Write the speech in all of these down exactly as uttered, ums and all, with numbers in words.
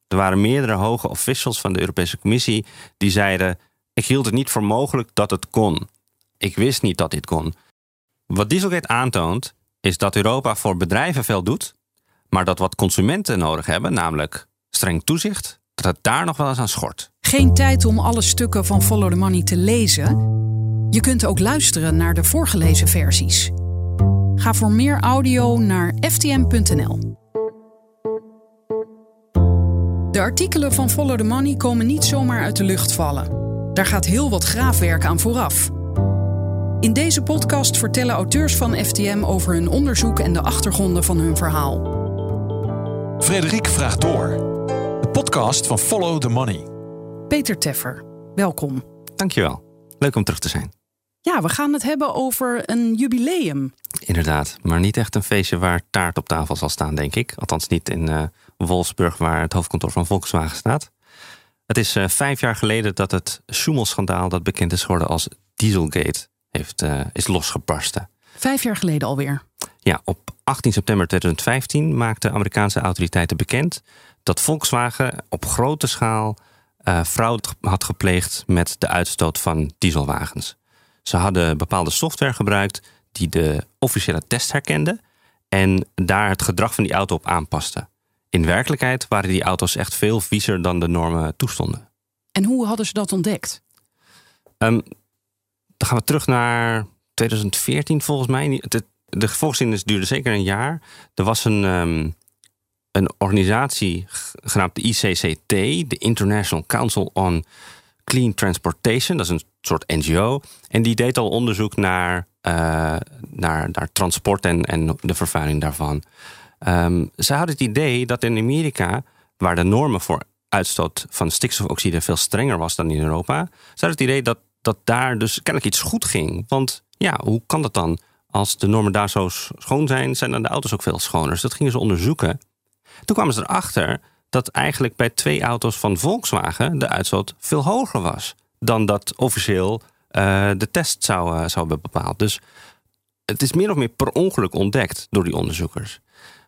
Er waren meerdere hoge officials van de Europese Commissie die zeiden: ik hield het niet voor mogelijk dat het kon. Ik wist niet dat dit kon. Wat Dieselgate aantoont is dat Europa voor bedrijven veel doet, maar dat wat consumenten nodig hebben, namelijk streng toezicht, dat het daar nog wel eens aan schort. Geen tijd om alle stukken van Follow the Money te lezen? Je kunt ook luisteren naar de voorgelezen versies. Ga voor meer audio naar f t m punt n l. De artikelen van Follow the Money komen niet zomaar uit de lucht vallen. Daar gaat heel wat graafwerk aan vooraf. In deze podcast vertellen auteurs van F T M over hun onderzoek en de achtergronden van hun verhaal. Frederik vraagt door. De podcast van Follow the Money. Peter Teffer, welkom. Dankjewel. Leuk om terug te zijn. Ja, we gaan het hebben over een jubileum. Inderdaad, maar niet echt een feestje waar taart op tafel zal staan, denk ik. Althans niet in uh, Wolfsburg, waar het hoofdkantoor van Volkswagen staat. Het is uh, vijf jaar geleden dat het Schumel-schandaal, dat bekend is geworden als Dieselgate, heeft, uh, is losgebarsten. Vijf jaar geleden alweer? Ja, op achttien september tweeduizend vijftien maakten Amerikaanse autoriteiten bekend dat Volkswagen op grote schaal uh, fraude had gepleegd met de uitstoot van dieselwagens. Ze hadden bepaalde software gebruikt die de officiële test herkende en daar het gedrag van die auto op aanpaste. In werkelijkheid waren die auto's echt veel viezer dan de normen toestonden. En hoe hadden ze dat ontdekt? Um, dan gaan we terug naar tweeduizend veertien volgens mij. De, de gevolggeschiedenis duurde zeker een jaar. Er was een, um, een organisatie genaamd de I C C T, de International Council on Clean Transportation. Dat is een soort N G O. En die deed al onderzoek naar, uh, naar, naar transport en, en de vervuiling daarvan. Um, ze hadden het idee dat in Amerika, waar de normen voor uitstoot van stikstofoxide veel strenger was dan in Europa, ze hadden het idee dat, dat daar dus kennelijk iets goed ging. Want ja, hoe kan dat dan? Als de normen daar zo schoon zijn, zijn dan de auto's ook veel schoner. Dus dat gingen ze onderzoeken. Toen kwamen ze erachter dat eigenlijk bij twee auto's van Volkswagen de uitstoot veel hoger was dan dat officieel uh, de test zou, uh, zou hebben bepaald. Dus het is meer of meer per ongeluk ontdekt door die onderzoekers.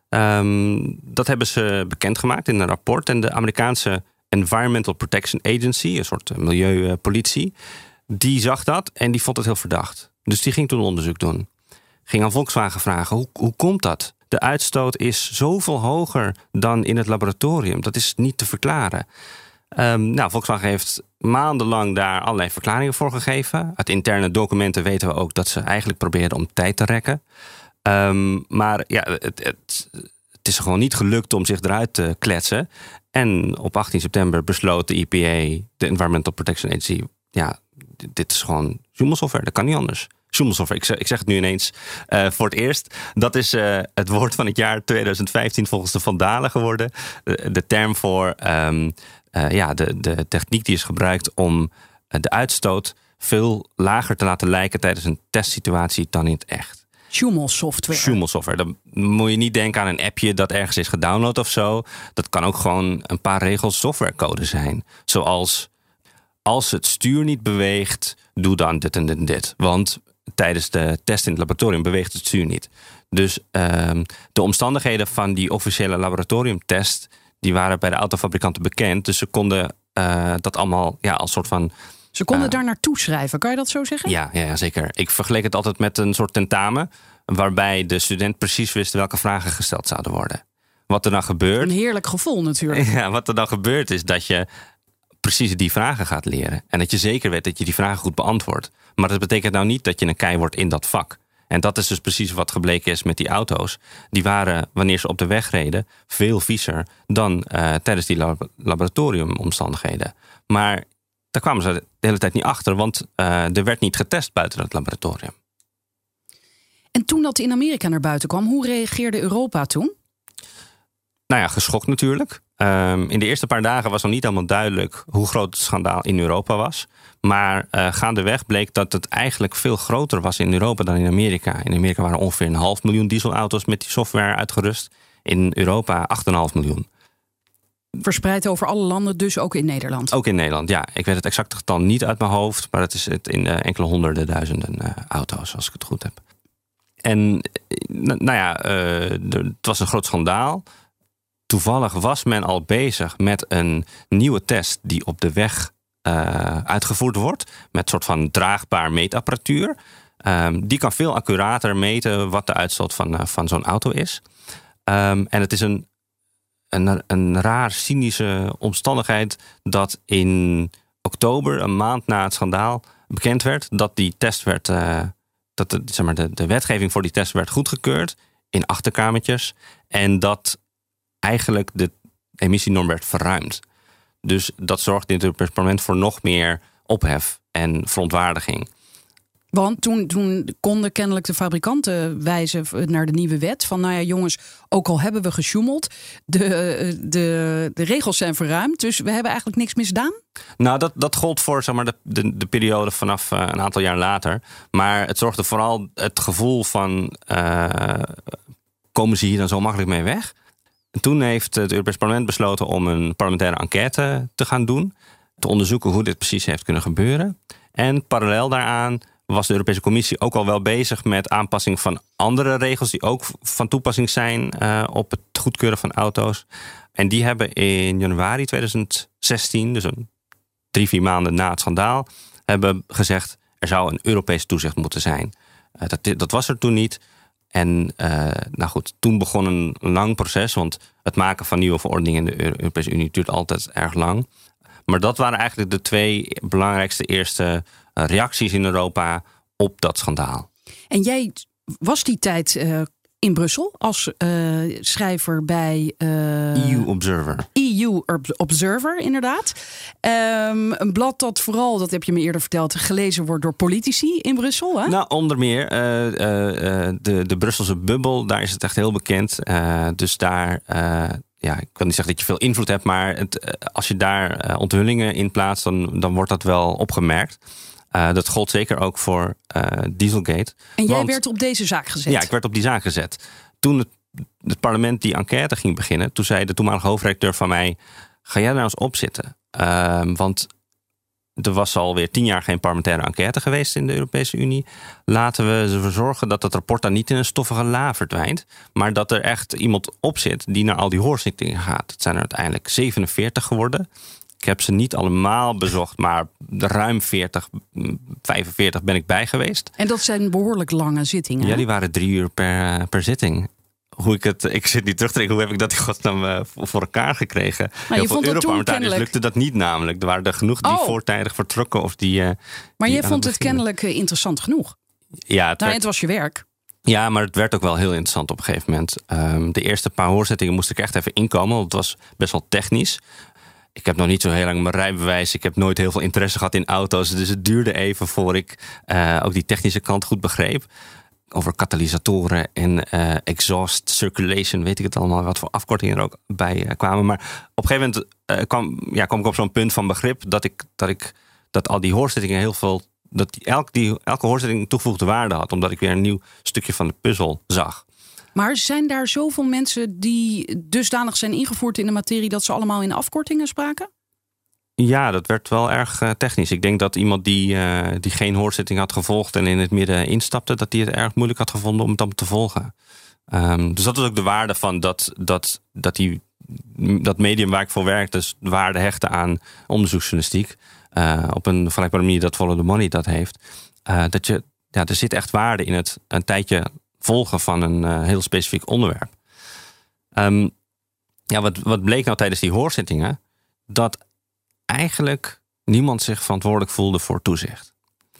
Um, dat hebben ze bekendgemaakt in een rapport. En de Amerikaanse Environmental Protection Agency, een soort milieupolitie, die zag dat en die vond het heel verdacht. Dus die ging toen onderzoek doen. Ging aan Volkswagen vragen, hoe, hoe komt dat? De uitstoot is zoveel hoger dan in het laboratorium. Dat is niet te verklaren. Um, nou, Volkswagen heeft maandenlang daar allerlei verklaringen voor gegeven. Uit interne documenten weten we ook dat ze eigenlijk probeerden om tijd te rekken. Um, maar ja, het, het, het is gewoon niet gelukt om zich eruit te kletsen. En op achttien september besloot de E P A, de Environmental Protection Agency, ja, dit is gewoon Schumel-software, dat kan niet anders. Schumel-software, ik zeg, ik zeg het nu ineens uh, voor het eerst. Dat is uh, het woord van het jaar tweeduizend vijftien volgens de Vandalen geworden. De, de term voor um, uh, ja, de, de techniek die is gebruikt om uh, de uitstoot veel lager te laten lijken tijdens een testsituatie dan in het echt. Schumel-software. Schumel-software. Dan moet je niet denken aan een appje dat ergens is gedownload of zo. Dat kan ook gewoon een paar regels softwarecode zijn. Zoals, als het stuur niet beweegt, doe dan dit en dit en dit. Want tijdens de test in het laboratorium beweegt het stuur niet. Dus um, de omstandigheden van die officiële laboratoriumtest, die waren bij de autofabrikanten bekend. Dus ze konden uh, dat allemaal ja, als soort van... Ze konden uh, daar naartoe schrijven, kan je dat zo zeggen? Ja, ja, zeker. Ik vergeleek het altijd met een soort tentamen, waarbij de student precies wist welke vragen gesteld zouden worden. Wat er dan gebeurt... Een heerlijk gevoel natuurlijk. Ja, wat er dan gebeurt is dat je precies die vragen gaat leren. En dat je zeker weet dat je die vragen goed beantwoordt. Maar dat betekent nou niet dat je een kei wordt in dat vak. En dat is dus precies wat gebleken is met die auto's. Die waren, wanneer ze op de weg reden, veel viezer dan uh, tijdens die lab- laboratoriumomstandigheden. Maar daar kwamen ze de hele tijd niet achter, want uh, er werd niet getest buiten het laboratorium. En toen dat in Amerika naar buiten kwam, hoe reageerde Europa toen? Nou ja, geschokt natuurlijk. Um, in de eerste paar dagen was nog niet helemaal duidelijk hoe groot het schandaal in Europa was. Maar uh, gaandeweg bleek dat het eigenlijk veel groter was in Europa dan in Amerika. In Amerika waren ongeveer een half miljoen dieselauto's met die software uitgerust. In Europa acht komma vijf miljoen. Verspreid over alle landen, dus ook in Nederland? Ook in Nederland, ja. Ik weet het exacte getal niet uit mijn hoofd, maar het is het in uh, enkele honderden duizenden uh, auto's, als ik het goed heb. En nou ja, uh, het was een groot schandaal. toevallig was men al bezig met een nieuwe test die op de weg uh, uitgevoerd wordt. Met een soort van draagbaar meetapparatuur. Um, die kan veel accurater meten wat de uitstoot van, uh, van zo'n auto is. Um, en het is een, een, een raar cynische omstandigheid dat in oktober, een maand na het schandaal, bekend werd dat die test werd, uh, dat de, zeg maar, de, de wetgeving voor die test werd goedgekeurd in achterkamertjes. En dat eigenlijk de emissienorm werd verruimd. Dus dat zorgde in het Europees Parlement voor nog meer ophef en verontwaardiging. Want toen, toen konden kennelijk de fabrikanten wijzen naar de nieuwe wet. Van nou ja jongens, ook al hebben we gesjoemeld, de, de, de regels zijn verruimd. Dus we hebben eigenlijk niks misdaan? Nou, dat, dat gold voor zeg maar, de, de, de periode vanaf uh, een aantal jaar later. Maar het zorgde vooral het gevoel van, uh, komen ze hier dan zo makkelijk mee weg? En toen heeft het Europees Parlement besloten om een parlementaire enquête te gaan doen. Te onderzoeken hoe dit precies heeft kunnen gebeuren. En parallel daaraan was de Europese Commissie ook al wel bezig met aanpassing van andere regels die ook van toepassing zijn uh, op het goedkeuren van auto's. En die hebben in januari tweeduizend zestien, dus een drie, vier maanden na het schandaal, hebben gezegd er zou een Europees toezicht moeten zijn. Uh, dat, dat was er toen niet. En uh, nou goed, toen begon een lang proces, want het maken van nieuwe verordeningen in de Europese Unie duurt altijd erg lang. Maar dat waren eigenlijk de twee belangrijkste eerste reacties in Europa op dat schandaal. En jij was die tijd uh, in Brussel als uh, schrijver bij Uh, E U Observer. E U Observer, inderdaad. Um, een blad dat vooral, dat heb je me eerder verteld, gelezen wordt door politici in Brussel. Hè? Nou, onder meer uh, uh, de, de Brusselse bubbel, daar is het echt heel bekend. Uh, dus daar, uh, ja, ik wil niet zeggen dat je veel invloed hebt, maar het, uh, als je daar uh, onthullingen in plaatst, dan, dan wordt dat wel opgemerkt. Uh, dat gold zeker ook voor uh, Dieselgate. En jij Want, werd op deze zaak gezet? Ja, ik werd op die zaak gezet. Toen het, het parlement die enquête ging beginnen, toen zei de toenmalige hoofdredacteur van mij, ga jij daar nou eens op zitten? Uh, want er was alweer tien jaar geen parlementaire enquête geweest in de Europese Unie. Laten we ervoor zorgen dat het rapport dan niet in een stoffige la verdwijnt, maar dat er echt iemand op zit die naar al die hoorzittingen gaat. Het zijn er uiteindelijk zevenenveertig geworden. Ik heb ze niet allemaal bezocht, maar ruim veertig, vijfenveertig ben ik bij geweest. En dat zijn behoorlijk lange zittingen. Ja, die waren drie uur per, per zitting. Hoe ik het, ik zit niet terug te denken, hoe heb ik dat in godsnaam uh, voor elkaar gekregen? Nou, Heel veel Europarlementariërs kennelijk lukte dat niet namelijk. Er waren er genoeg die oh. voortijdig vertrokken. Of die, uh, maar die je vond het kennelijk uh, interessant genoeg? Ja, het, nou, werd, het was je werk. Ja, maar het werd ook wel heel interessant op een gegeven moment. Um, de eerste paar hoorzittingen moest ik echt even inkomen, want het was best wel technisch. Ik heb nog niet zo heel lang mijn rijbewijs. Ik heb nooit heel veel interesse gehad in auto's. Dus het duurde even voor ik uh, ook die technische kant goed begreep. Over katalysatoren en uh, exhaust circulation, weet ik het allemaal, wat voor afkortingen er ook bij uh, kwamen. Maar op een gegeven moment uh, kwam, ja, kwam ik op zo'n punt van begrip dat ik dat, ik, dat al die hoorzittingen heel veel, dat die, elk, die, elke hoorzitting toegevoegde waarde had, omdat ik weer een nieuw stukje van de puzzel zag. Maar zijn daar zoveel mensen die dusdanig zijn ingevoerd in de materie dat ze allemaal in afkortingen spraken? Ja, dat werd wel erg uh, technisch. Ik denk dat iemand die, uh, die geen hoorzitting had gevolgd en in het midden instapte, dat die het erg moeilijk had gevonden om het dan te volgen. Um, dus dat is ook de waarde van dat, dat, dat, die, dat medium waar ik voor werk, dus waarde hechten aan onderzoeksjournalistiek. Uh, op een vergelijkbare manier dat Follow the Money dat heeft. Uh, dat je, ja, er zit echt waarde in het een tijdje volgen van een uh, heel specifiek onderwerp. Um, ja, wat, wat bleek nou tijdens die hoorzittingen? Dat eigenlijk niemand zich verantwoordelijk voelde voor toezicht.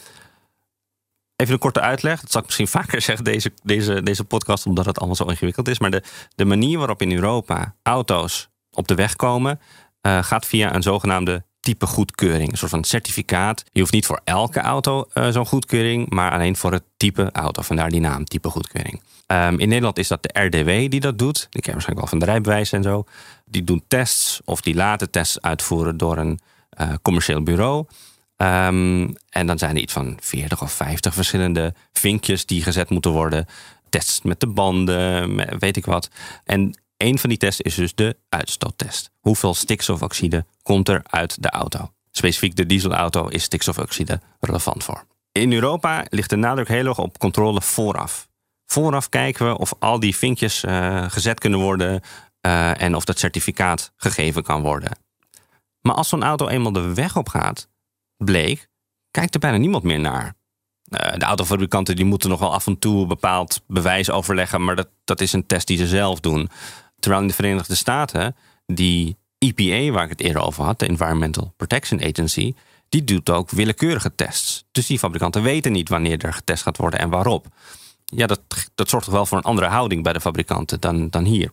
Even een korte uitleg. Dat zal ik misschien vaker zeggen, deze, deze, deze podcast, omdat het allemaal zo ingewikkeld is. Maar de, de manier waarop in Europa auto's op de weg komen, uh, gaat via een zogenaamde typegoedkeuring. Een soort van certificaat. Je hoeft niet voor elke auto uh, zo'n goedkeuring, maar alleen voor het type auto. Vandaar die naam, typegoedkeuring. Um, in Nederland is dat de R D W die dat doet. Die ken je waarschijnlijk wel van de rijbewijs en zo. Die doen tests of die laten tests uitvoeren door een uh, commercieel bureau. Um, en dan zijn er iets van veertig of vijftig verschillende vinkjes die gezet moeten worden. Tests met de banden, met weet ik wat. En een van die tests is dus de uitstoottest. Hoeveel stikstofoxide komt er uit de auto? Specifiek de dieselauto is stikstofoxide relevant voor. In Europa ligt de nadruk heel erg op controle vooraf. Vooraf kijken we of al die vinkjes uh, gezet kunnen worden Uh, en of dat certificaat gegeven kan worden. Maar als zo'n auto eenmaal de weg op gaat, bleek, kijkt er bijna niemand meer naar. Uh, de autofabrikanten die moeten nog wel af en toe bepaald bewijs overleggen, maar dat, dat is een test die ze zelf doen. Terwijl in de Verenigde Staten, die E P A waar ik het eerder over had, de Environmental Protection Agency, die doet ook willekeurige tests. Dus die fabrikanten weten niet wanneer er getest gaat worden en waarop. Ja, dat, dat zorgt toch wel voor een andere houding bij de fabrikanten dan, dan hier.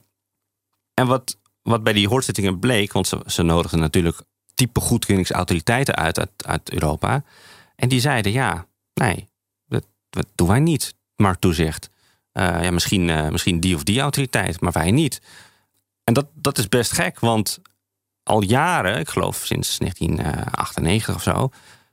En wat, wat bij die hoorzittingen bleek, want ze, ze nodigden natuurlijk type goedkeuringsautoriteiten uit, uit uit Europa. En die zeiden, ja, nee, dat, dat doen wij niet, markttoezicht. Uh, ja, misschien, uh, misschien die of die autoriteit, maar wij niet. En dat, dat is best gek, want al jaren, ik geloof sinds negentien achtennegentig of zo,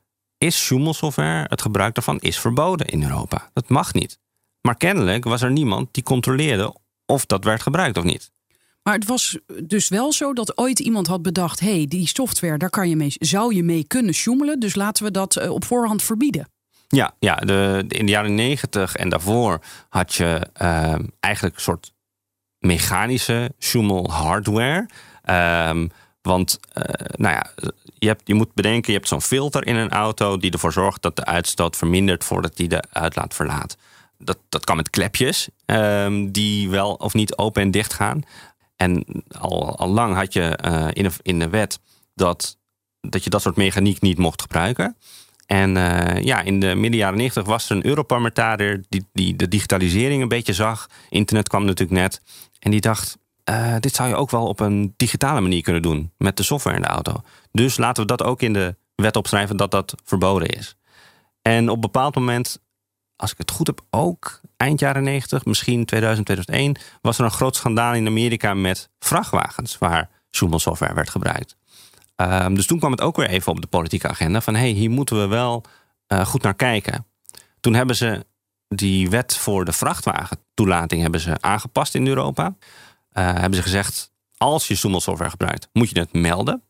is Schumel-software, het gebruik daarvan, is verboden in Europa. Dat mag niet. Maar kennelijk was er niemand die controleerde of dat werd gebruikt of niet. Maar het was dus wel zo dat ooit iemand had bedacht, hé, hey, die software, daar kan je mee, zou je mee kunnen sjoemelen, dus laten we dat uh, op voorhand verbieden. Ja, ja de, de, in de jaren negentig en daarvoor had je uh, eigenlijk een soort mechanische sjoemel hardware. Um, want uh, nou ja, je, hebt, je moet bedenken, je hebt zo'n filter in een auto die ervoor zorgt dat de uitstoot vermindert voordat die de uitlaat verlaat. Dat, dat kan met klepjes um, die wel of niet open en dicht gaan. En al, al lang had je uh, in, de, in de wet dat, dat je dat soort mechaniek niet mocht gebruiken. En uh, ja, in de midden jaren negentig was er een Europarlementariër die, die de digitalisering een beetje zag. Internet kwam natuurlijk net. En die dacht, uh, dit zou je ook wel op een digitale manier kunnen doen met de software in de auto. Dus laten we dat ook in de wet opschrijven dat dat verboden is. En op een bepaald moment, als ik het goed heb, ook eind jaren negentig, misschien tweeduizend, tweeduizend één, was er een groot schandaal in Amerika met vrachtwagens waar Schumel software werd gebruikt. Um, dus toen kwam het ook weer even op de politieke agenda van, hé, hey, hier moeten we wel uh, goed naar kijken. Toen hebben ze die wet voor de vrachtwagentoelating hebben ze aangepast in Europa. Uh, hebben ze gezegd, als je Schumel software gebruikt, moet je het melden.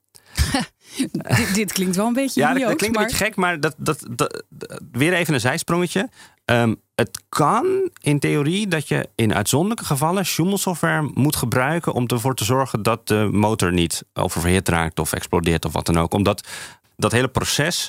dit, dit klinkt wel een beetje Ja, idioot, dat klinkt maar... een beetje gek, maar dat, dat, dat, dat, weer even een zijsprongetje. Um, het kan in theorie dat je in uitzonderlijke gevallen Schumel software moet gebruiken om ervoor te zorgen dat de motor niet oververhit raakt of explodeert of wat dan ook. Omdat dat hele proces...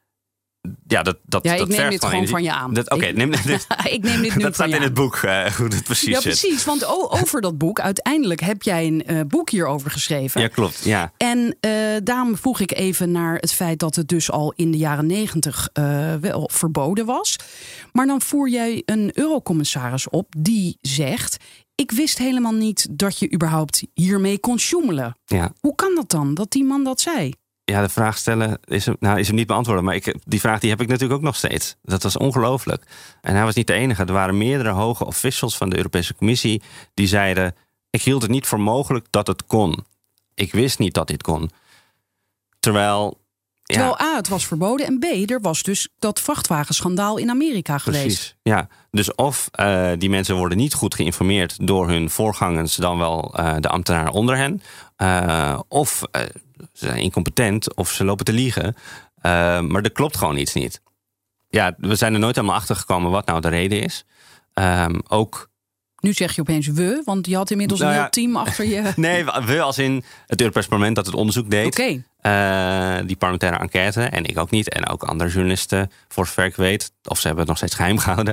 Ja, dat, dat, ja, ik dat neem dit gewoon van je aan. Oké, okay, neem dit. ik neem dit nu dat van staat je in het aan. boek, uh, hoe het precies Ja, zit. precies, want over dat boek, uiteindelijk heb jij een uh, boek hierover geschreven. Ja, klopt, ja. En uh, daarom vroeg ik even naar het feit dat het dus al in de jaren negentig uh, wel verboden was. Maar dan voer jij een eurocommissaris op die zegt, ik wist helemaal niet dat je überhaupt hiermee kon sjoemelen. Ja. Hoe kan dat dan, dat die man dat zei? Ja, de vraag stellen is hem, nou, is hem niet beantwoorden. Maar ik, die vraag die heb ik natuurlijk ook nog steeds. Dat was ongelooflijk. En hij was niet de enige. Er waren meerdere hoge officials van de Europese Commissie die zeiden, ik hield het niet voor mogelijk dat het kon. Ik wist niet dat dit kon. Terwijl... Terwijl ja, A, het was verboden en B, er was dus dat vrachtwagenschandaal in Amerika geweest. Precies, ja. Dus of uh, die mensen worden niet goed geïnformeerd door hun voorgangers, dan wel uh, de ambtenaar onder hen. Uh, of uh, ze zijn incompetent of ze lopen te liegen. Uh, maar er klopt gewoon iets niet. Ja, we zijn er nooit helemaal achter gekomen wat nou de reden is. Um, ook... Nu zeg je opeens we, want je had inmiddels nou ja, een heel team achter je. Nee, we als in het Europees Parlement dat het onderzoek deed. Oké. Okay. Uh, die parlementaire enquête. En ik ook niet. En ook andere journalisten, voor zover ik weet. Of ze hebben het nog steeds geheim gehouden.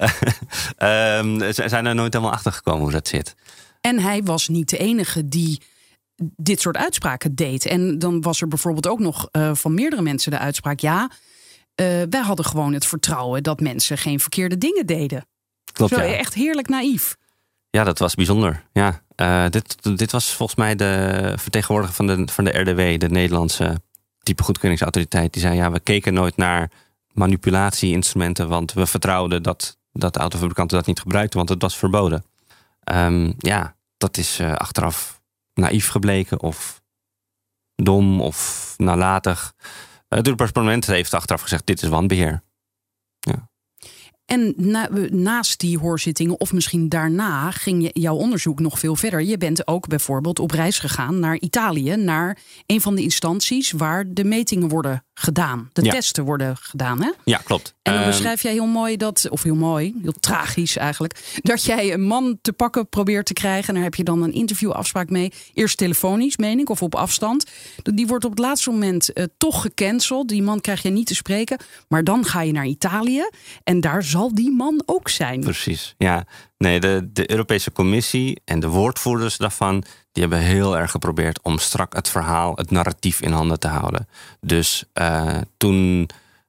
um, ze zijn er nooit helemaal achter gekomen hoe dat zit. En hij was niet de enige die dit soort uitspraken deed. En dan was er bijvoorbeeld ook nog uh, van meerdere mensen de uitspraak, ja, uh, wij hadden gewoon het vertrouwen dat mensen geen verkeerde dingen deden. Klopt, Zo, ja. Echt heerlijk naïef. Ja, dat was bijzonder. Ja, uh, dit, dit was volgens mij de vertegenwoordiger van de, van de R D W, de Nederlandse type goedkeuringsautoriteit. Die zei, ja, we keken nooit naar manipulatie-instrumenten, want we vertrouwden dat, dat de autofabrikanten dat niet gebruikten, want het was verboden. Um, ja, dat is uh, achteraf naïef gebleken of dom of nalatig. Het Europees Parlement heeft achteraf gezegd, dit is wanbeheer. Ja. En na, naast die hoorzittingen, of misschien daarna, ging je, jouw onderzoek nog veel verder. Je bent ook bijvoorbeeld op reis gegaan naar Italië, naar een van de instanties waar de metingen worden gedaan. De ja. testen worden gedaan, hè? Ja, klopt. En dan Um, beschrijf jij heel mooi dat, of heel mooi, heel tragisch eigenlijk, dat jij een man te pakken probeert te krijgen. En daar heb je dan een interviewafspraak mee. Eerst telefonisch, meen ik, of op afstand. Die wordt op het laatste moment uh, toch gecanceld. Die man krijg je niet te spreken. Maar dan ga je naar Italië en daar zal die man ook zijn. Precies, ja. Nee, de, de Europese Commissie en de woordvoerders daarvan, die hebben heel erg geprobeerd om strak het verhaal, het narratief in handen te houden. Dus uh, toen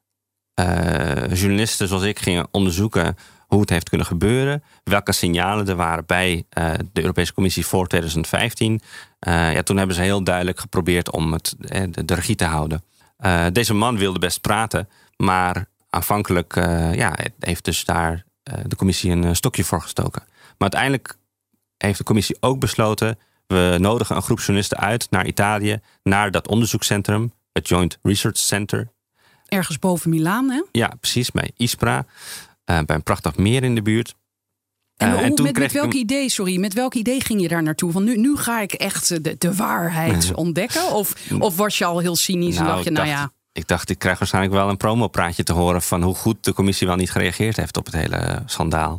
uh, journalisten zoals ik gingen onderzoeken hoe het heeft kunnen gebeuren, welke signalen er waren bij uh, de Europese Commissie voor twintig vijftien, uh, ja, toen hebben ze heel duidelijk geprobeerd om het, uh, de, de regie te houden. Uh, deze man wilde best praten, maar aanvankelijk uh, ja, heeft dus daar uh, de commissie een uh, stokje voor gestoken. Maar uiteindelijk heeft de commissie ook besloten, we nodigen een groep journalisten uit naar Italië, naar dat onderzoekscentrum, het Joint Research Center. Ergens boven Milaan, hè? Ja, precies, bij Ispra, uh, bij een prachtig meer in de buurt. En, Uh, hoe, en toen met, kreeg met welk ik een... idee, sorry, met welk idee ging je daar naartoe? Van nu, nu ga ik echt de, de waarheid ontdekken? Of, of was je al heel cynisch nou, en dacht je, nou dacht, ja... Ik dacht, ik krijg waarschijnlijk wel een promopraatje te horen van hoe goed de commissie wel niet gereageerd heeft op het hele schandaal.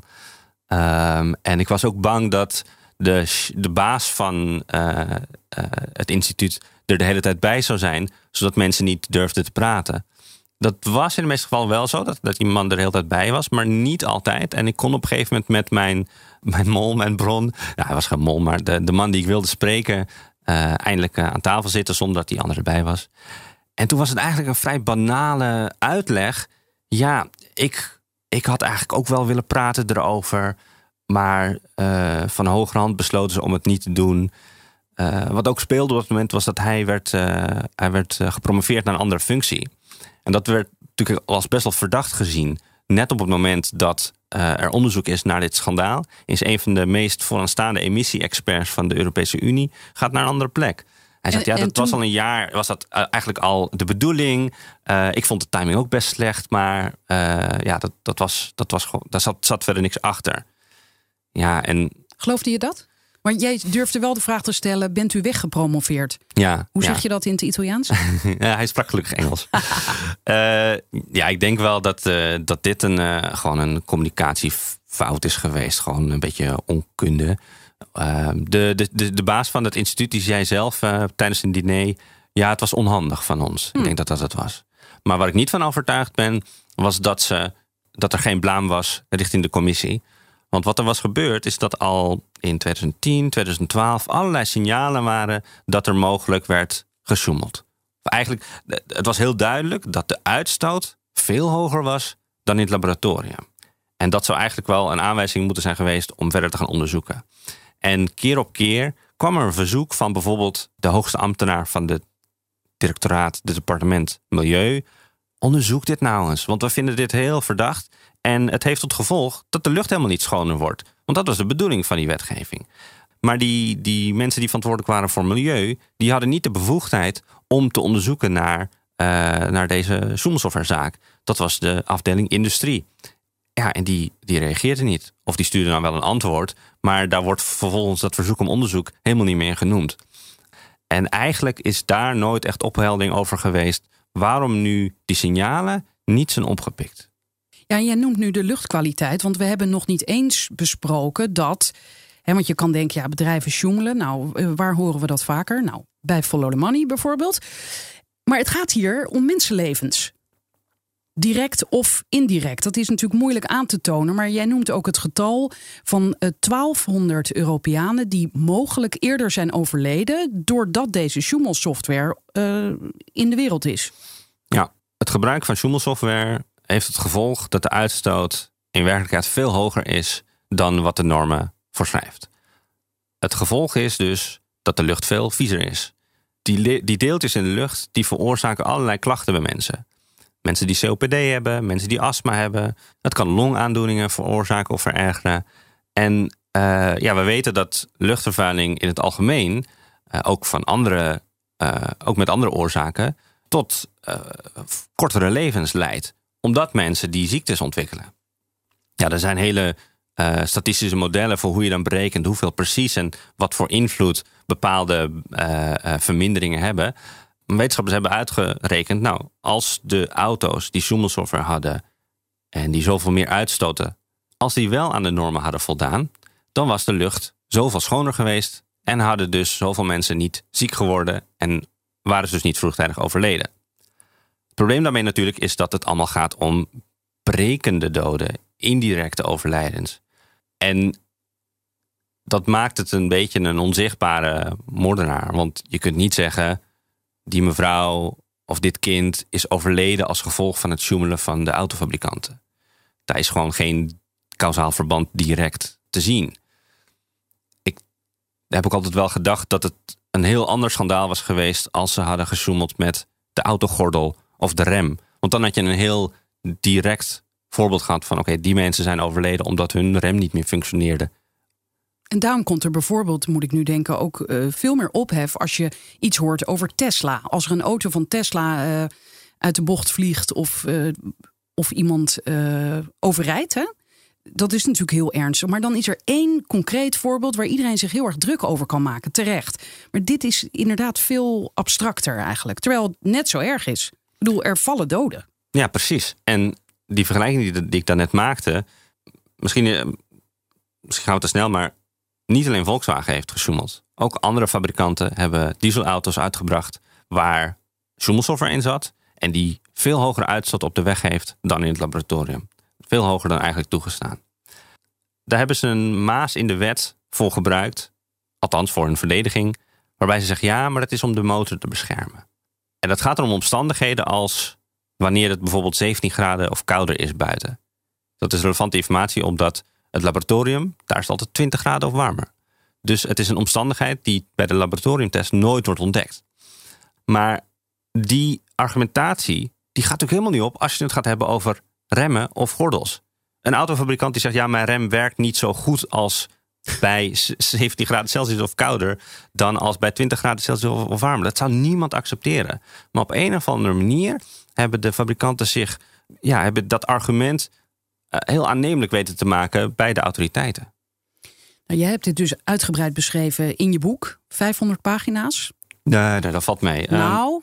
Um, en ik was ook bang dat de, de baas van uh, uh, het instituut er de hele tijd bij zou zijn, zodat mensen niet durfden te praten. Dat was in de meeste gevallen wel zo, dat, dat die man er de hele tijd bij was, maar niet altijd. En ik kon op een gegeven moment met mijn, mijn mol, mijn bron, nou, hij was geen mol, maar de, de man die ik wilde spreken, uh, eindelijk uh, aan tafel zitten zonder dat die ander erbij was. En toen was het eigenlijk een vrij banale uitleg. Ja, ik, ik had eigenlijk ook wel willen praten erover, maar uh, van hogerhand besloten ze om het niet te doen. Uh, wat ook speelde op dat moment was dat hij werd, uh, hij werd uh, gepromoveerd naar een andere functie. En dat werd natuurlijk als best wel verdacht gezien. Net op het moment dat uh, er onderzoek is naar dit schandaal, is een van de meest vooraanstaande emissie-experts van de Europese Unie gaat naar een andere plek. Hij zegt, ja, dat was al een jaar, was dat uh, eigenlijk al de bedoeling. Uh, ik vond de timing ook best slecht, maar uh, ja, dat, dat was, dat was gewoon, daar zat, zat verder niks achter. Ja, en geloofde je dat? Maar jij durfde wel de vraag te stellen, bent u weggepromoveerd? Ja. Hoe ja. zeg je dat in het Italiaans? Ja, hij sprak gelukkig Engels. uh, ja, ik denk wel dat, uh, dat dit een, uh, gewoon een communicatiefout is geweest. Gewoon een beetje onkunde. Uh, de, de, de, de baas van het instituut die zei zelf uh, tijdens een diner, ja, het was onhandig van ons. Hm. Ik denk dat dat het was. Maar waar ik niet van overtuigd ben, was dat, ze, dat er geen blaam was richting de commissie. Want wat er was gebeurd is dat al in twintig tien, twintig twaalf allerlei signalen waren dat er mogelijk werd gesjoemeld. Eigenlijk, het was heel duidelijk dat de uitstoot veel hoger was dan in het laboratorium. En dat zou eigenlijk wel een aanwijzing moeten zijn geweest om verder te gaan onderzoeken. En keer op keer kwam er een verzoek van bijvoorbeeld de hoogste ambtenaar van het directoraat, het departement Milieu. Onderzoek dit nou eens, want we vinden dit heel verdacht. En het heeft tot gevolg dat de lucht helemaal niet schoner wordt. Want dat was de bedoeling van die wetgeving. Maar die, die mensen die verantwoordelijk waren voor milieu, die hadden niet de bevoegdheid om te onderzoeken naar, uh, naar deze zoemelsofferzaak. Dat was de afdeling industrie. Ja, en die, die reageerde niet. Of die stuurde dan wel een antwoord, maar daar wordt vervolgens dat verzoek om onderzoek helemaal niet meer genoemd. En eigenlijk is daar nooit echt opheldering over geweest waarom nu die signalen niet zijn opgepikt. Ja, jij noemt nu de luchtkwaliteit, want we hebben nog niet eens besproken dat, hè, want je kan denken, ja, bedrijven sjoemelen. Nou, waar horen we dat vaker? Nou, bij Follow the Money bijvoorbeeld. Maar het gaat hier om mensenlevens. Direct of indirect. Dat is natuurlijk moeilijk aan te tonen. Maar jij noemt ook het getal van twaalfhonderd Europeanen die mogelijk eerder zijn overleden doordat deze sjoemelsoftware uh, in de wereld is. Ja, het gebruik van sjoemelsoftware heeft het gevolg dat de uitstoot in werkelijkheid veel hoger is dan wat de normen voorschrijft. Het gevolg is dus dat de lucht veel viezer is. Die, die deeltjes in de lucht die veroorzaken allerlei klachten bij mensen. Mensen die C O P D hebben, mensen die astma hebben. Het kan longaandoeningen veroorzaken of verergeren. En uh, ja, we weten dat luchtvervuiling in het algemeen, uh, ook, van andere, uh, ook met andere oorzaken, tot uh, kortere levens leidt. Omdat mensen die ziektes ontwikkelen. Ja, er zijn hele uh, statistische modellen voor hoe je dan berekent hoeveel precies en wat voor invloed bepaalde uh, uh, verminderingen hebben. wetenschappers hebben uitgerekend, nou, als de auto's die zoemelsoftware hadden en die zoveel meer uitstoten, als die wel aan de normen hadden voldaan, dan was de lucht zoveel schoner geweest en hadden dus zoveel mensen niet ziek geworden en waren ze dus niet vroegtijdig overleden. Het probleem daarmee natuurlijk is dat het allemaal gaat om brekende doden, indirecte overlijdens. En dat maakt het een beetje een onzichtbare moordenaar. Want je kunt niet zeggen, die mevrouw of dit kind is overleden als gevolg van het sjoemelen van de autofabrikanten. Daar is gewoon geen kausaal verband direct te zien. Ik heb ook altijd wel gedacht dat het een heel ander schandaal was geweest als ze hadden gesjoemeld met de autogordel of de rem. Want dan had je een heel direct voorbeeld gehad van oké, okay, die mensen zijn overleden omdat hun rem niet meer functioneerde. En daarom komt er bijvoorbeeld, moet ik nu denken, ook uh, veel meer ophef als je iets hoort over Tesla. Als er een auto van Tesla uh, uit de bocht vliegt of, uh, of iemand uh, overrijdt, hè? Dat is natuurlijk heel ernstig. Maar dan is er één concreet voorbeeld waar iedereen zich heel erg druk over kan maken, terecht. Maar dit is inderdaad veel abstracter eigenlijk. Terwijl het net zo erg is. Ik bedoel, er vallen doden. Ja, precies. En die vergelijking die, die ik daarnet maakte, misschien, misschien gaan we te snel, maar niet alleen Volkswagen heeft gesjoemeld. Ook andere fabrikanten hebben dieselauto's uitgebracht waar sjoemelsoftware in zat en die veel hogere uitstoot op de weg heeft dan in het laboratorium. Veel hoger dan eigenlijk toegestaan. Daar hebben ze een maas in de wet voor gebruikt, althans voor hun verdediging, waarbij ze zeggen ja, maar dat is om de motor te beschermen. En dat gaat er om omstandigheden als wanneer het bijvoorbeeld zeventien graden of kouder is buiten. Dat is relevante informatie omdat het laboratorium, daar is het altijd twintig graden of warmer. Dus het is een omstandigheid die bij de laboratoriumtest nooit wordt ontdekt. Maar die argumentatie, die gaat natuurlijk helemaal niet op als je het gaat hebben over remmen of gordels. Een autofabrikant die zegt, ja, mijn rem werkt niet zo goed als bij zeventien graden Celsius of kouder dan als bij twintig graden Celsius of warmer. Dat zou niemand accepteren. Maar op een of andere manier hebben de fabrikanten zich, ja, hebben dat argument heel aannemelijk weten te maken bij de autoriteiten. Nou, jij hebt dit dus uitgebreid beschreven in je boek. vijfhonderd pagina's. Nee, nee, dat valt mee. Nou,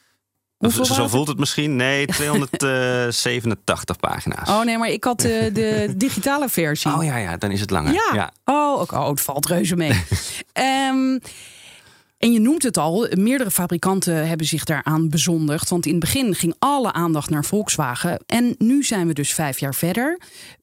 um, zo, zo voelt het misschien. Nee, tweehonderdzevenentachtig pagina's. Oh nee, maar ik had uh, de digitale versie. Oh ja, ja, dan is het langer. Ja. ja. Oh, ook, oh, het valt reuze mee. um, En je noemt het al, meerdere fabrikanten hebben zich daaraan bezondigd. Want in het begin ging alle aandacht naar Volkswagen. En nu zijn we dus vijf jaar verder.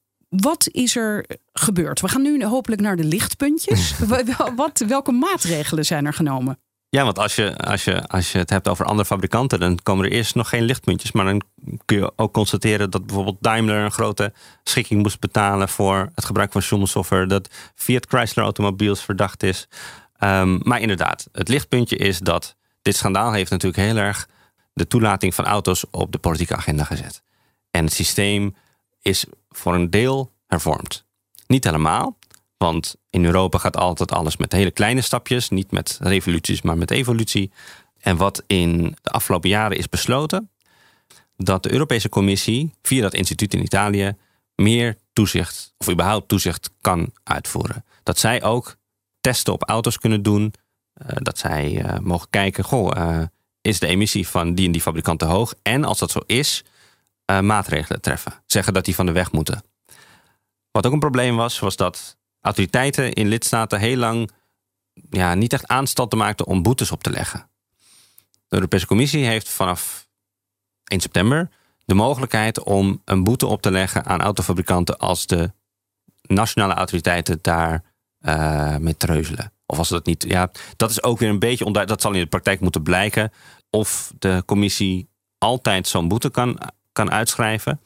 Wat is er gebeurd? We gaan nu hopelijk naar de lichtpuntjes. Wat, welke maatregelen zijn er genomen? Ja, want als je, als, je, als je het hebt over andere fabrikanten, dan komen er eerst nog geen lichtpuntjes. Maar dan kun je ook constateren dat bijvoorbeeld Daimler een grote schikking moest betalen voor het gebruik van sjoemelsoftware. Dat Fiat Chrysler Automobiles verdacht is. Um, maar inderdaad, het lichtpuntje is dat dit schandaal heeft natuurlijk heel erg de toelating van auto's op de politieke agenda gezet. En het systeem is voor een deel hervormd. Niet helemaal, want in Europa gaat altijd alles met hele kleine stapjes. Niet met revoluties, maar met evolutie. En wat in de afgelopen jaren is besloten, dat de Europese Commissie via dat instituut in Italië meer toezicht, of überhaupt toezicht kan uitvoeren. Dat zij ook testen op auto's kunnen doen. Uh, dat zij uh, mogen kijken, goh, uh, is de emissie van die en die fabrikant te hoog? En als dat zo is, uh, maatregelen treffen. Zeggen dat die van de weg moeten. Wat ook een probleem was, was dat autoriteiten in lidstaten heel lang ja, niet echt aanstalten maakten om boetes op te leggen. De Europese Commissie heeft vanaf één september de mogelijkheid om een boete op te leggen aan autofabrikanten als de nationale autoriteiten daar Uh, met treuzelen. Of als dat niet. Ja, dat is ook weer een beetje onduidelijk. Dat zal in de praktijk moeten blijken. Of de commissie altijd zo'n boete kan, kan uitschrijven.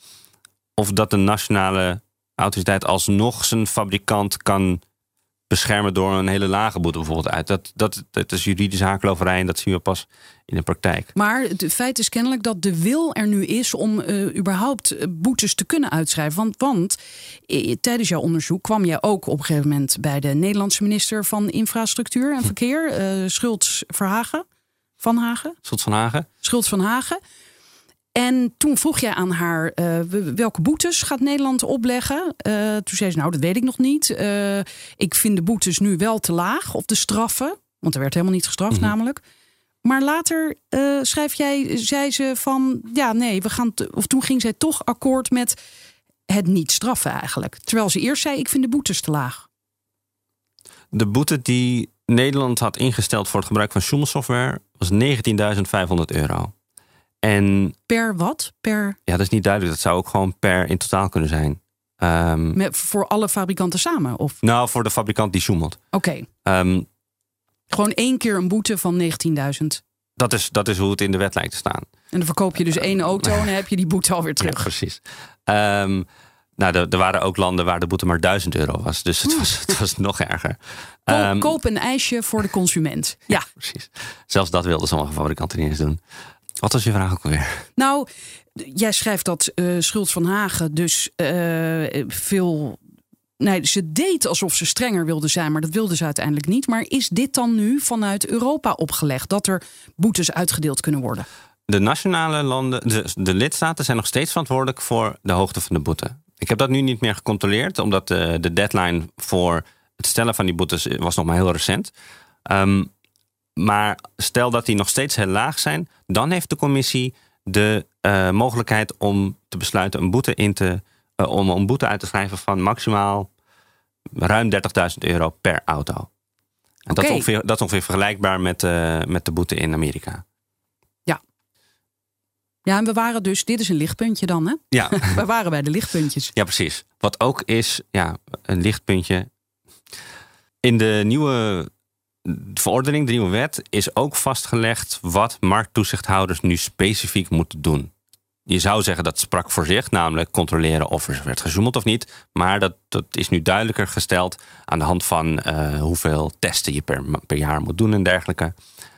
Of dat de nationale autoriteit alsnog zijn fabrikant kan beschermen door een hele lage boete bijvoorbeeld uit. Dat, dat, dat is juridische hakeloverij en dat zien we pas in de praktijk. Maar het feit is kennelijk dat de wil er nu is om uh, überhaupt boetes te kunnen uitschrijven. Want, want eh, tijdens jouw onderzoek kwam jij ook op een gegeven moment bij de Nederlandse minister van Infrastructuur en Verkeer, uh, Schultz Verhagen. Van Hagen? Schultz van Hagen. Schultz van Hagen. En toen vroeg jij aan haar, uh, welke boetes gaat Nederland opleggen? Uh, toen zei ze, nou, dat weet ik nog niet. Uh, ik vind de boetes nu wel te laag, of de straffen. Want er werd helemaal niet gestraft, mm-hmm. namelijk. Maar later uh, schrijf jij, zei ze van... ja, nee, we gaan... T- of toen ging zij toch akkoord met het niet straffen eigenlijk. Terwijl ze eerst zei, ik vind de boetes te laag. De boete die Nederland had ingesteld voor het gebruik van Schumel-software... was negentienduizend vijfhonderd euro. En per wat? Per... Ja, dat is niet duidelijk. Dat zou ook gewoon per in totaal kunnen zijn. Um, Met, voor alle fabrikanten samen? Of? Nou, voor de fabrikant die sjoemelt. Oké. Okay. Um, gewoon één keer een boete van negentienduizend. Dat is, dat is hoe het in de wet lijkt te staan. En dan verkoop je dus één auto en dan heb je die boete alweer terug. Ja, precies. Um, nou, er, er waren ook landen waar de boete maar duizend euro was. Dus het was, het was nog erger. Koop, um, koop een ijsje voor de consument. Ja. Ja, precies. Zelfs dat wilden sommige fabrikanten niet eens doen. Wat was je vraag ook alweer? Nou, jij schrijft dat uh, Schultz van Hagen dus uh, veel... Nee, ze deed alsof ze strenger wilde zijn, maar dat wilde ze uiteindelijk niet. Maar is dit dan nu vanuit Europa opgelegd, dat er boetes uitgedeeld kunnen worden? De nationale landen, de, de lidstaten zijn nog steeds verantwoordelijk voor de hoogte van de boete. Ik heb dat nu niet meer gecontroleerd, omdat de, de deadline voor het stellen van die boetes was nog maar heel recent. Um, maar stel dat die nog steeds heel laag zijn, dan heeft de commissie de uh, mogelijkheid om te besluiten een boete in te, uh, om een boete uit te schrijven van maximaal ruim dertigduizend euro per auto. En okay. dat, is ongeveer, dat is ongeveer vergelijkbaar met, uh, met de boete in Amerika. Ja. Ja, en we waren dus, dit is een lichtpuntje dan, hè? Ja. We waren bij de lichtpuntjes. Ja, precies. Wat ook is, ja, een lichtpuntje. In de nieuwe verordening, de nieuwe wet, is ook vastgelegd wat markttoezichthouders nu specifiek moeten doen. Je zou zeggen dat sprak voor zich, namelijk controleren of er werd gezoemeld of niet. Maar dat, dat is nu duidelijker gesteld aan de hand van uh, hoeveel testen je per, per jaar moet doen en dergelijke.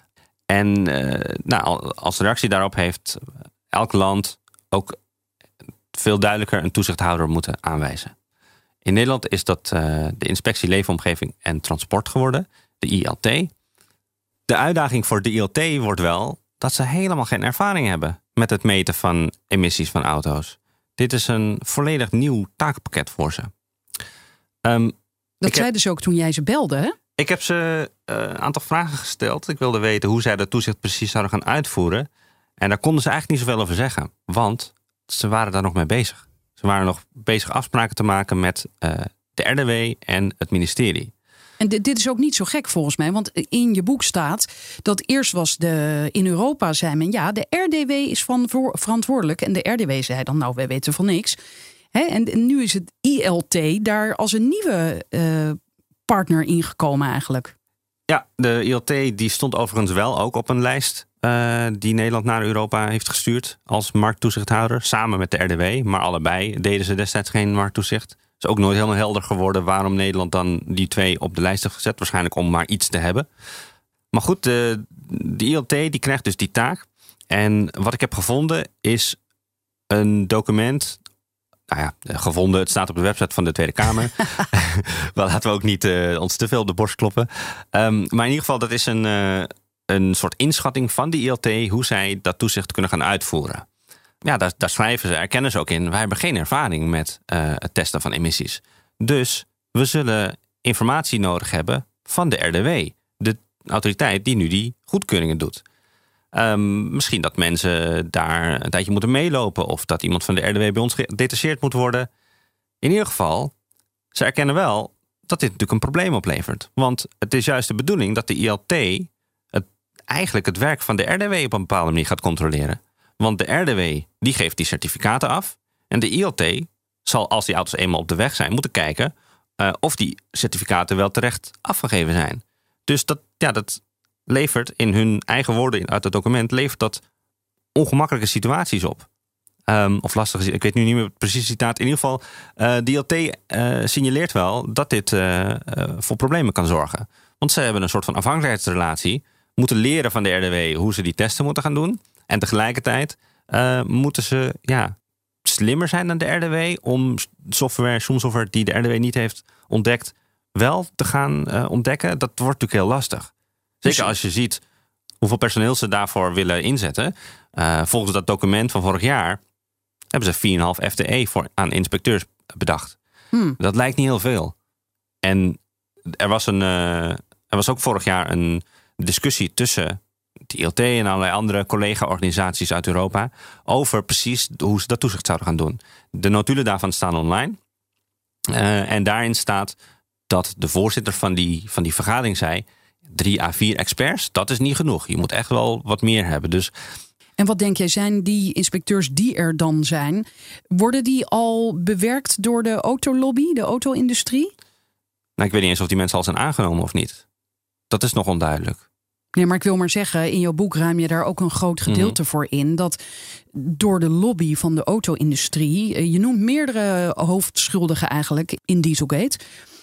En uh, nou, als reactie daarop heeft elk land ook veel duidelijker een toezichthouder moeten aanwijzen. In Nederland is dat uh, de Inspectie Leefomgeving en Transport geworden, de I L T. De uitdaging voor de I L T wordt wel dat ze helemaal geen ervaring hebben met het meten van emissies van auto's. Dit is een volledig nieuw taakpakket voor ze. Um, dat zeiden ze ook toen jij ze belde, hè? Ik heb ze uh, een aantal vragen gesteld. Ik wilde weten hoe zij dat toezicht precies zouden gaan uitvoeren. En daar konden ze eigenlijk niet zoveel over zeggen. Want ze waren daar nog mee bezig. Ze waren nog bezig afspraken te maken met uh, de R D W en het ministerie. En dit, dit is ook niet zo gek volgens mij. Want in je boek staat dat eerst was de... In Europa zei men, ja, de R D W is van voor, verantwoordelijk. En de R D W zei dan, nou, wij weten van niks. Hè? En, en nu is het I L T daar als een nieuwe uh, partner ingekomen eigenlijk. Ja, de I L T die stond overigens wel ook op een lijst uh, die Nederland naar Europa heeft gestuurd als markttoezichthouder, samen met de R D W. Maar allebei deden ze destijds geen markttoezicht. Het is ook nooit helemaal helder geworden waarom Nederland dan die twee op de lijst heeft gezet. Waarschijnlijk om maar iets te hebben. Maar goed, de, de I L T die krijgt dus die taak. En wat ik heb gevonden is een document. Nou ja, gevonden, het staat op de website van de Tweede Kamer. Wel, laten we ook niet uh, ons te veel op de borst kloppen. Um, maar in ieder geval, dat is een, uh, een soort inschatting van de I L T hoe zij dat toezicht kunnen gaan uitvoeren. Ja, daar, daar schrijven ze, erkennen ze ook in. Wij hebben geen ervaring met uh, het testen van emissies. Dus we zullen informatie nodig hebben van de R D W. De autoriteit die nu die goedkeuringen doet. Um, misschien dat mensen daar een tijdje moeten meelopen. Of dat iemand van de R D W bij ons gedetacheerd moet worden. In ieder geval, ze erkennen wel dat dit natuurlijk een probleem oplevert. Want het is juist de bedoeling dat de I L T het, eigenlijk het werk van de R D W op een bepaalde manier gaat controleren. Want de R D W die geeft die certificaten af. En de I L T zal, als die auto's eenmaal op de weg zijn, moeten kijken uh, of die certificaten wel terecht afgegeven zijn. Dus dat, ja, dat levert in hun eigen woorden uit het document, levert dat ongemakkelijke situaties op. Um, of lastige, ik weet nu niet meer het precieze citaat. In ieder geval, uh, de I L T uh, signaleert wel dat dit uh, uh, voor problemen kan zorgen. Want ze hebben een soort van afhankelijkheidsrelatie, moeten leren van de R D W hoe ze die testen moeten gaan doen. En tegelijkertijd uh, moeten ze ja, slimmer zijn dan de R D W om software, software die de R D W niet heeft ontdekt, wel te gaan uh, ontdekken. Dat wordt natuurlijk heel lastig. Zeker als je ziet hoeveel personeel ze daarvoor willen inzetten. Uh, volgens dat document van vorig jaar hebben ze vier komma vijf F T E voor, aan inspecteurs bedacht. Hmm. Dat lijkt niet heel veel. En er was, een, uh, er was ook vorig jaar een discussie tussen de I L T en allerlei andere collega-organisaties uit Europa over precies hoe ze dat toezicht zouden gaan doen. De notulen daarvan staan online. Uh, en daarin staat dat de voorzitter van die, van die vergadering zei, drie à vier experts, dat is niet genoeg. Je moet echt wel wat meer hebben. Dus en wat denk jij, zijn die inspecteurs die er dan zijn, worden die al bewerkt door de autolobby, de auto-industrie? Nou, ik weet niet eens of die mensen al zijn aangenomen of niet. Dat is nog onduidelijk. Nee, maar ik wil maar zeggen, in jouw boek ruim je daar ook een groot gedeelte mm-hmm. voor in. Dat door de lobby van de auto-industrie, je noemt meerdere hoofdschuldigen eigenlijk in Dieselgate.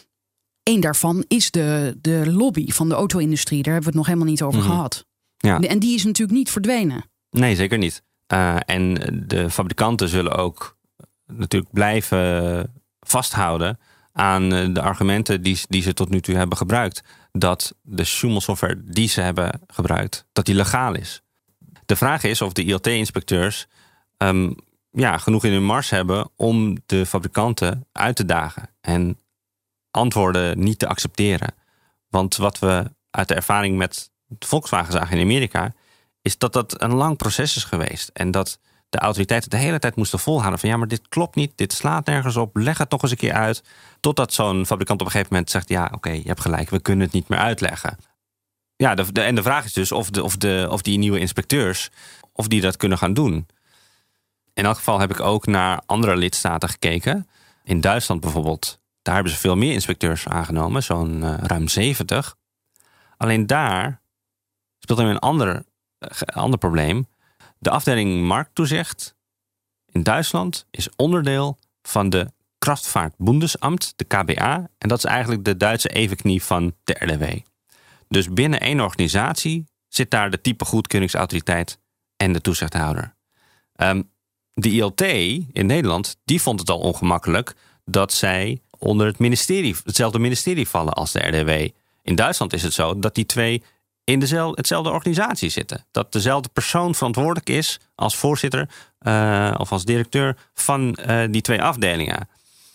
Eén daarvan is de, de lobby van de auto-industrie. Daar hebben we het nog helemaal niet over mm-hmm. gehad. Ja. En die is natuurlijk niet verdwenen. Nee, zeker niet. Uh, en de fabrikanten zullen ook natuurlijk blijven vasthouden aan de argumenten die, die ze tot nu toe hebben gebruikt. Dat de Schumel-software die ze hebben gebruikt, dat die legaal is. De vraag is of de I L T-inspecteurs um, ja, genoeg in hun mars hebben om de fabrikanten uit te dagen en antwoorden niet te accepteren. Want wat we uit de ervaring met Volkswagen zagen in Amerika, is dat dat een lang proces is geweest. En dat de autoriteiten de hele tijd moesten volhouden van ja, maar dit klopt niet, dit slaat nergens op, leg het nog eens een keer uit. Totdat zo'n fabrikant op een gegeven moment zegt, ja, oké, okay, je hebt gelijk, we kunnen het niet meer uitleggen. Ja, de, de, en de vraag is dus of, de, of, de, of die nieuwe inspecteurs, of die dat kunnen gaan doen. In elk geval heb ik ook naar andere lidstaten gekeken. In Duitsland bijvoorbeeld, daar hebben ze veel meer inspecteurs aangenomen, zo'n uh, ruim zeventig. Alleen daar speelt er een ander, uh, ander probleem. De afdeling markttoezicht in Duitsland is onderdeel van de Kraftvaartbundesamt, de K B A. En dat is eigenlijk de Duitse evenknie van de R D W. Dus binnen één organisatie zit daar de type goedkeuringsautoriteit en de toezichthouder. Um, de I L T in Nederland, die vond het al ongemakkelijk dat zij onder het ministerie, hetzelfde ministerie vallen als de R D W. In Duitsland is het zo dat die twee in dezelfde, hetzelfde organisatie zitten. Dat dezelfde persoon verantwoordelijk is als voorzitter uh, of als directeur van uh, die twee afdelingen.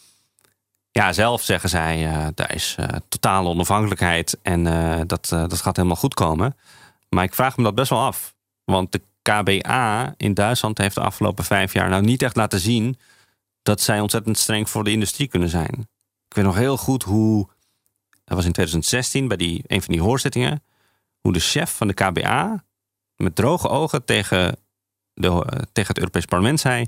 Ja, zelf zeggen zij, uh, daar is uh, totale onafhankelijkheid en uh, dat, uh, dat gaat helemaal goed komen. Maar ik vraag me dat best wel af. Want de K B A in Duitsland heeft de afgelopen vijf jaar nou niet echt laten zien dat zij ontzettend streng voor de industrie kunnen zijn. Ik weet nog heel goed hoe, dat was in twintig zestien bij die, een van die hoorzittingen, hoe de chef van de K B A met droge ogen tegen, de, tegen het Europees Parlement zei,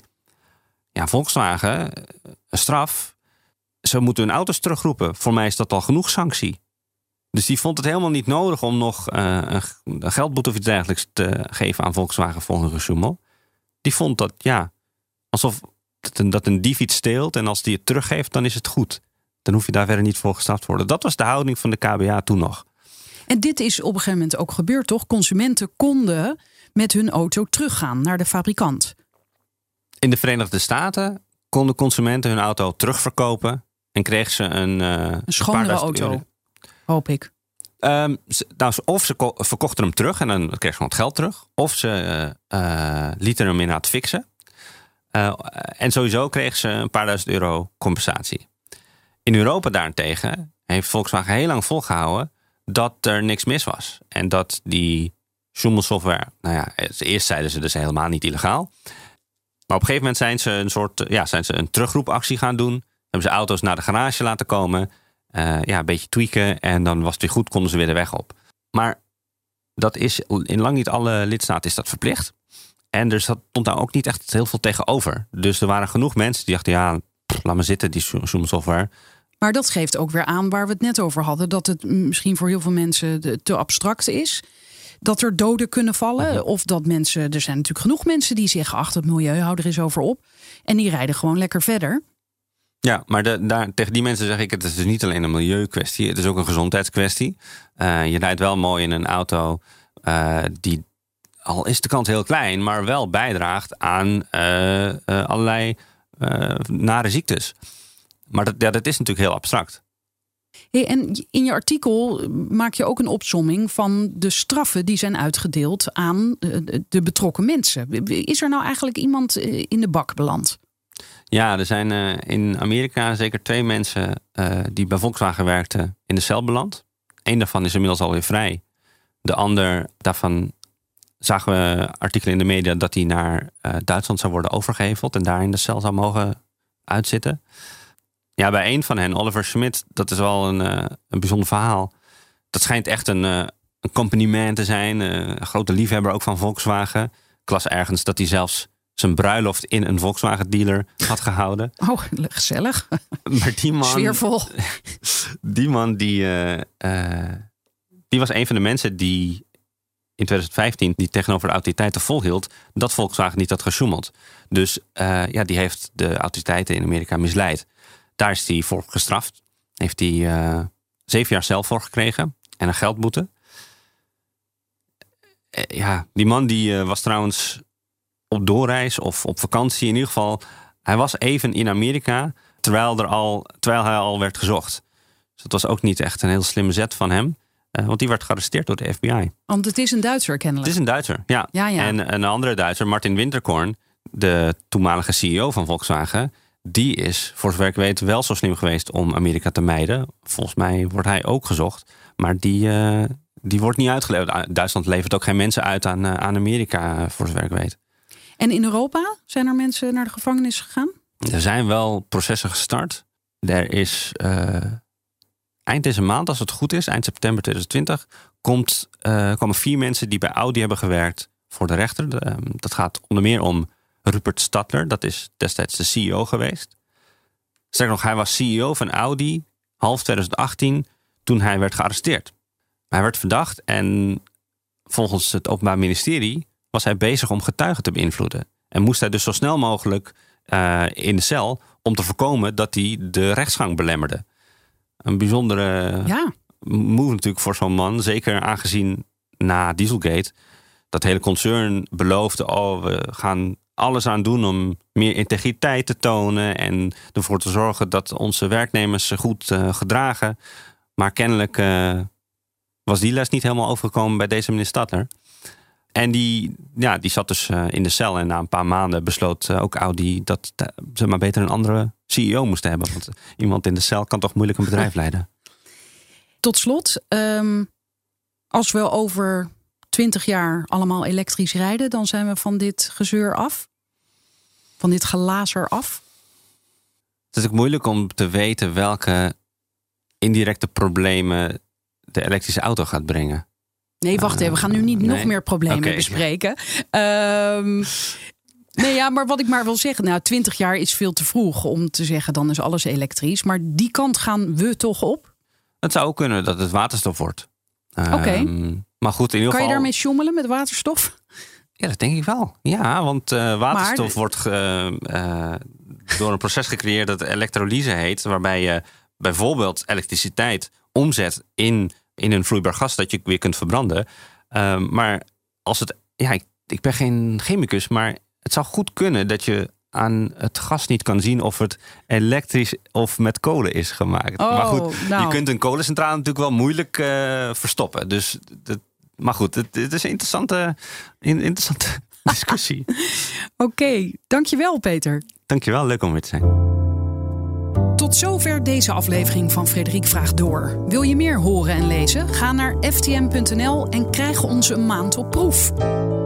ja, Volkswagen, een straf, ze moeten hun auto's terugroepen. Voor mij is dat al genoeg sanctie. Dus die vond het helemaal niet nodig om nog uh, een geldboete of iets dergelijks te geven aan Volkswagen voor hun gesjoemel. Die vond dat, ja, alsof dat een, dat een dief iets steelt en als die het teruggeeft, dan is het goed. Dan hoef je daar verder niet voor gestraft te worden. Dat was de houding van de K B A toen nog. En dit is op een gegeven moment ook gebeurd, toch? Consumenten konden met hun auto teruggaan naar de fabrikant. In de Verenigde Staten konden consumenten hun auto terugverkopen en kregen ze een, uh, een schonere een auto, euro. Hoop ik. Um, nou, of ze ko- verkochten hem terug en dan kregen ze gewoon het geld terug. Of ze uh, uh, lieten hem inderdaad fixen. Uh, en sowieso kregen ze een paar duizend euro compensatie. In Europa daarentegen heeft Volkswagen heel lang volgehouden dat er niks mis was. En dat die Schumel-software, nou ja, eerst zeiden ze dus helemaal niet illegaal. Maar op een gegeven moment zijn ze een soort, ja, zijn ze een terugroepactie gaan doen. Hebben ze auto's naar de garage laten komen. Uh, ja, een beetje tweaken en dan was het weer goed, konden ze weer de weg op. Maar dat is in lang niet alle lidstaten is dat verplicht. En er stond daar ook niet echt heel veel tegenover. Dus er waren genoeg mensen die dachten, ja, pff, laat maar zitten, die Schumel-software. Maar dat geeft ook weer aan waar we het net over hadden, dat het misschien voor heel veel mensen te abstract is. Dat er doden kunnen vallen. Uh-huh. Of dat mensen, er zijn natuurlijk genoeg mensen die zeggen, ach, het milieu, hou er eens over op. En die rijden gewoon lekker verder. Ja, maar de, daar, tegen die mensen zeg ik, het is dus niet alleen een milieukwestie. Het is ook een gezondheidskwestie. Uh, je rijdt wel mooi in een auto uh, die, al is de kans heel klein, maar wel bijdraagt aan uh, uh, allerlei uh, nare ziektes. Maar dat, ja, dat is natuurlijk heel abstract. Hey, en in je artikel maak je ook een opsomming van de straffen die zijn uitgedeeld aan de betrokken mensen. Is er nou eigenlijk iemand in de bak beland? Ja, er zijn uh, in Amerika zeker twee mensen uh, die bij Volkswagen werkten in de cel beland. Eén daarvan is inmiddels alweer vrij. De ander daarvan zagen we artikelen in de media dat hij naar uh, Duitsland zou worden overgeheveld en daar in de cel zou mogen uitzitten. Ja, bij een van hen, Oliver Schmidt, dat is wel een, uh, een bijzonder verhaal. Dat schijnt echt een, uh, een company man te zijn, uh, een grote liefhebber ook van Volkswagen. Ik las ergens dat hij zelfs zijn bruiloft in een Volkswagen dealer had gehouden. Oh, gezellig. Maar die man, sfeervol. Die man die, uh, uh, die was een van de mensen die in twintig vijftien die tegenover de autoriteiten volhield dat Volkswagen niet had gesjoemeld. Dus uh, ja, die heeft de autoriteiten in Amerika misleid. Daar is hij voor gestraft. Heeft hij uh, zeven jaar cel voor gekregen en een geldboete. Uh, ja, die man die uh, was trouwens op doorreis of op vakantie in ieder geval. Hij was even in Amerika terwijl, er al, terwijl hij al werd gezocht. Dus dat was ook niet echt een heel slimme zet van hem. Uh, want die werd gearresteerd door de F B I. Want het is een Duitser kennelijk. Het is een Duitser, ja. ja, ja. En een andere Duitser, Martin Winterkorn, de toenmalige C E O van Volkswagen, die is, voor zover ik weet, wel zo slim geweest om Amerika te mijden. Volgens mij wordt hij ook gezocht. Maar die, uh, die wordt niet uitgeleverd. Duitsland levert ook geen mensen uit aan, uh, aan Amerika, voor zover ik weet. En in Europa zijn er mensen naar de gevangenis gegaan? Er zijn wel processen gestart. Er is uh, eind deze maand, als het goed is, eind september twintig twintig, komt, uh, komen vier mensen die bij Audi hebben gewerkt voor de rechter. De, um, dat gaat onder meer om Rupert Stadler. Dat is destijds de C E O geweest. Sterker nog, hij was C E O van Audi half twintig achttien toen hij werd gearresteerd. Hij werd verdacht en volgens het Openbaar Ministerie was hij bezig om getuigen te beïnvloeden. En moest hij dus zo snel mogelijk uh, in de cel om te voorkomen dat hij de rechtsgang belemmerde. Een bijzondere ja. move natuurlijk voor zo'n man. Zeker aangezien na Dieselgate dat hele concern beloofde, oh, we gaan alles aan doen om meer integriteit te tonen en ervoor te zorgen dat onze werknemers zich goed uh, gedragen. Maar kennelijk uh, was die les niet helemaal overgekomen bij deze meneer Stadler. En die, ja, die zat dus uh, in de cel en na een paar maanden besloot uh, ook Audi dat uh, ze maar beter een andere C E O moesten hebben. Want iemand in de cel kan toch moeilijk een bedrijf leiden. Tot slot, um, als we over twintig jaar allemaal elektrisch rijden, dan zijn we van dit gezeur af? Van dit gelazer af? Het is ook moeilijk om te weten welke indirecte problemen de elektrische auto gaat brengen. Nee, wacht even. We gaan nu niet uh, nee. nog meer problemen okay. bespreken. Um, nee, ja, maar wat ik maar wil zeggen. Nou, twintig jaar is veel te vroeg om te zeggen dan is alles elektrisch. Maar die kant gaan we toch op? Het zou ook kunnen dat het waterstof wordt. Oké. Okay. Um, maar goed, in ieder kan geval, je daarmee sjoemelen met waterstof? Ja, dat denk ik wel. Ja, want uh, waterstof maar, wordt uh, uh, door een proces gecreëerd dat elektrolyse heet. Waarbij je bijvoorbeeld elektriciteit omzet in, in een vloeibaar gas dat je weer kunt verbranden. Uh, maar als het, ja, ik, ik ben geen chemicus, maar het zou goed kunnen dat je aan het gas niet kan zien of het elektrisch of met kolen is gemaakt. Oh, maar goed, nou. je kunt een kolencentrale natuurlijk wel moeilijk uh, verstoppen. Dus, dat, maar goed, het, het is een interessante, interessante discussie. Oké, okay, dankjewel Peter. Dankjewel, leuk om weer te zijn. Tot zover deze aflevering van Frederiek Vraagt Door. Wil je meer horen en lezen? Ga naar f t m punt n l en krijg onze maand op proef.